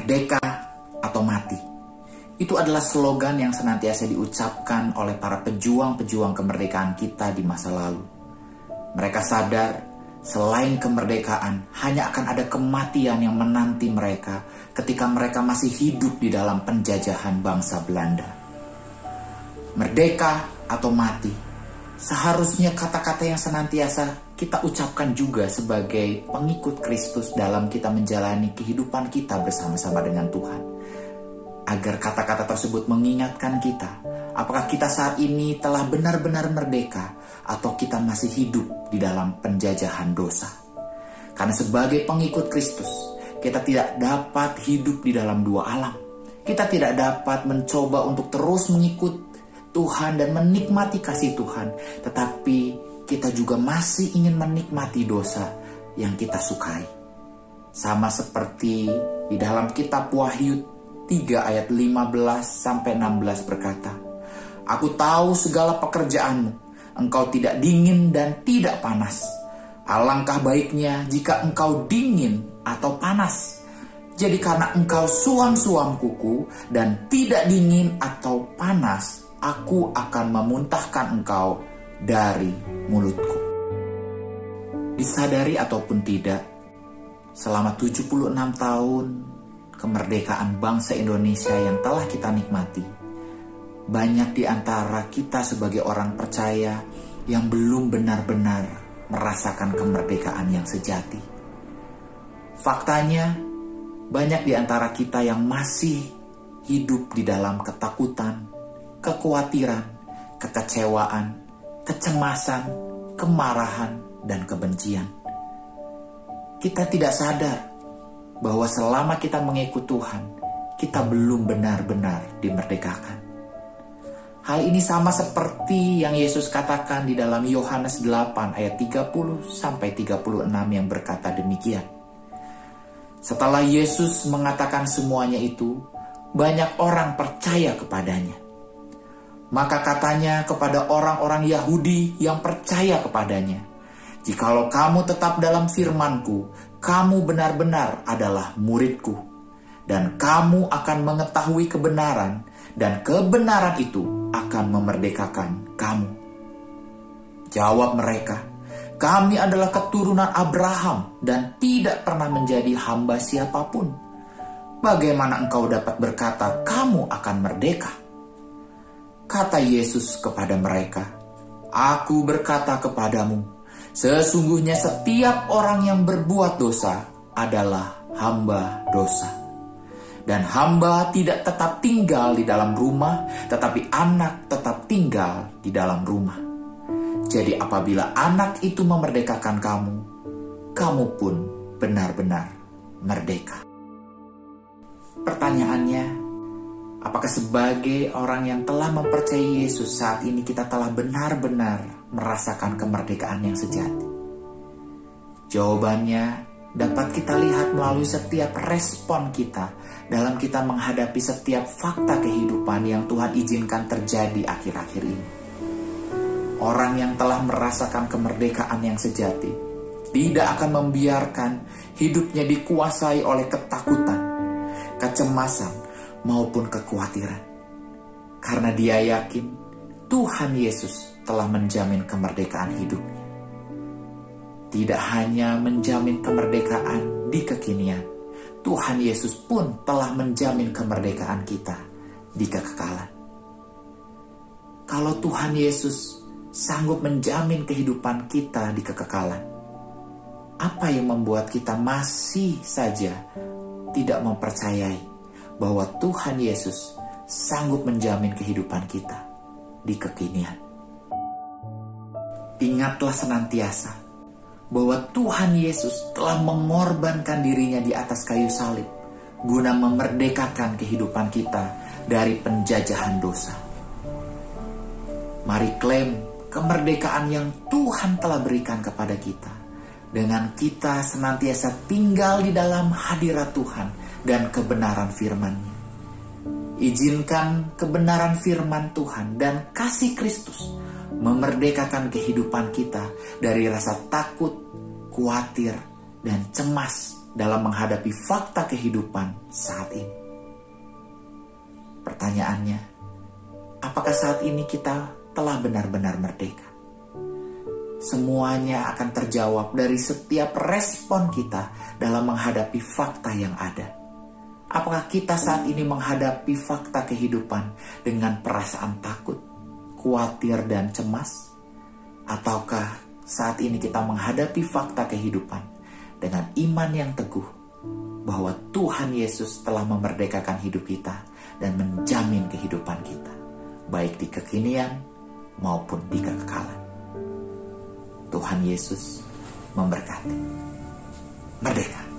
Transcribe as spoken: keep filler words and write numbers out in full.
Merdeka atau mati. Itu adalah slogan yang senantiasa diucapkan oleh para pejuang-pejuang kemerdekaan kita di masa lalu. Mereka sadar selain kemerdekaan, hanya akan ada kematian yang menanti mereka ketika mereka masih hidup di dalam penjajahan bangsa Belanda. Merdeka atau mati, seharusnya kata-kata yang senantiasa kita ucapkan juga sebagai pengikut Kristus dalam kita menjalani kehidupan kita bersama-sama dengan Tuhan. Agar kata-kata tersebut mengingatkan kita, apakah kita saat ini telah benar-benar merdeka atau kita masih hidup di dalam penjajahan dosa. Karena sebagai pengikut Kristus, kita tidak dapat hidup di dalam dua alam. Kita tidak dapat mencoba untuk terus mengikut Tuhan dan menikmati kasih Tuhan, tetapi kita juga masih ingin menikmati dosa yang kita sukai. Sama seperti di dalam kitab Wahyu tiga ayat lima belas sampai enam belas berkata, "Aku tahu segala pekerjaanmu, engkau tidak dingin dan tidak panas. Alangkah baiknya jika engkau dingin atau panas. Jadi karena engkau suam-suam kuku dan tidak dingin atau panas, aku akan memuntahkan engkau dari mulutku." Disadari ataupun tidak, selama tujuh puluh enam tahun kemerdekaan bangsa Indonesia yang telah kita nikmati, banyak di antara kita sebagai orang percaya yang belum benar-benar merasakan kemerdekaan yang sejati. Faktanya, banyak di antara kita yang masih hidup di dalam ketakutan, kekhawatiran, kekecewaan, kecemasan, kemarahan, dan kebencian. Kita tidak sadar bahwa selama kita mengikut Tuhan, kita belum benar-benar dimerdekakan. Hal ini sama seperti yang Yesus katakan di dalam Yohanes delapan ayat tiga puluh sampai tiga puluh enam yang berkata demikian. Setelah Yesus mengatakan semuanya itu, banyak orang percaya kepadanya. Maka katanya kepada orang-orang Yahudi yang percaya kepadanya, "Jikalau kamu tetap dalam firman-Ku, kamu benar-benar adalah murid-Ku, dan kamu akan mengetahui kebenaran, dan kebenaran itu akan memerdekakan kamu." Jawab mereka, "Kami adalah keturunan Abraham dan tidak pernah menjadi hamba siapapun. Bagaimana engkau dapat berkata kamu akan merdeka?" Kata Yesus kepada mereka, "Aku berkata kepadamu, sesungguhnya setiap orang yang berbuat dosa adalah hamba dosa. Dan hamba tidak tetap tinggal di dalam rumah, tetapi anak tetap tinggal di dalam rumah. Jadi apabila anak itu memerdekakan kamu, kamu pun benar-benar merdeka." Pertanyaannya, apakah sebagai orang yang telah mempercayai Yesus saat ini kita telah benar-benar merasakan kemerdekaan yang sejati? Jawabannya dapat kita lihat melalui setiap respon kita dalam kita menghadapi setiap fakta kehidupan yang Tuhan izinkan terjadi akhir-akhir ini. Orang yang telah merasakan kemerdekaan yang sejati tidak akan membiarkan hidupnya dikuasai oleh ketakutan, kecemasan, maupun kekhawatiran. Karena dia yakin Tuhan Yesus telah menjamin kemerdekaan hidupnya. Tidak hanya menjamin kemerdekaan di kekinian, Tuhan Yesus pun telah menjamin kemerdekaan kita di kekekalan. Kalau Tuhan Yesus sanggup menjamin kehidupan kita di kekekalan, apa yang membuat kita masih saja tidak mempercayai bahwa Tuhan Yesus sanggup menjamin kehidupan kita di kekinian? Ingatlah senantiasa bahwa Tuhan Yesus telah mengorbankan dirinya di atas kayu salib guna memerdekakan kehidupan kita dari penjajahan dosa. Mari klaim kemerdekaan yang Tuhan telah berikan kepada kita dengan kita senantiasa tinggal di dalam hadirat Tuhan dan kebenaran firman-Nya. Izinkan kebenaran firman Tuhan dan kasih Kristus memerdekakan kehidupan kita dari rasa takut, khawatir, dan cemas dalam menghadapi fakta kehidupan saat ini? Pertanyaannya, apakah saat ini kita telah benar-benar merdeka? Semuanya akan terjawab dari setiap respon kita dalam menghadapi fakta yang ada. Apakah kita saat ini menghadapi fakta kehidupan dengan perasaan takut, khawatir, dan cemas? Ataukah saat ini kita menghadapi fakta kehidupan dengan iman yang teguh bahwa Tuhan Yesus telah memerdekakan hidup kita dan menjamin kehidupan kita, baik di kekinian maupun di kekekalan. Tuhan Yesus memberkati. Merdeka!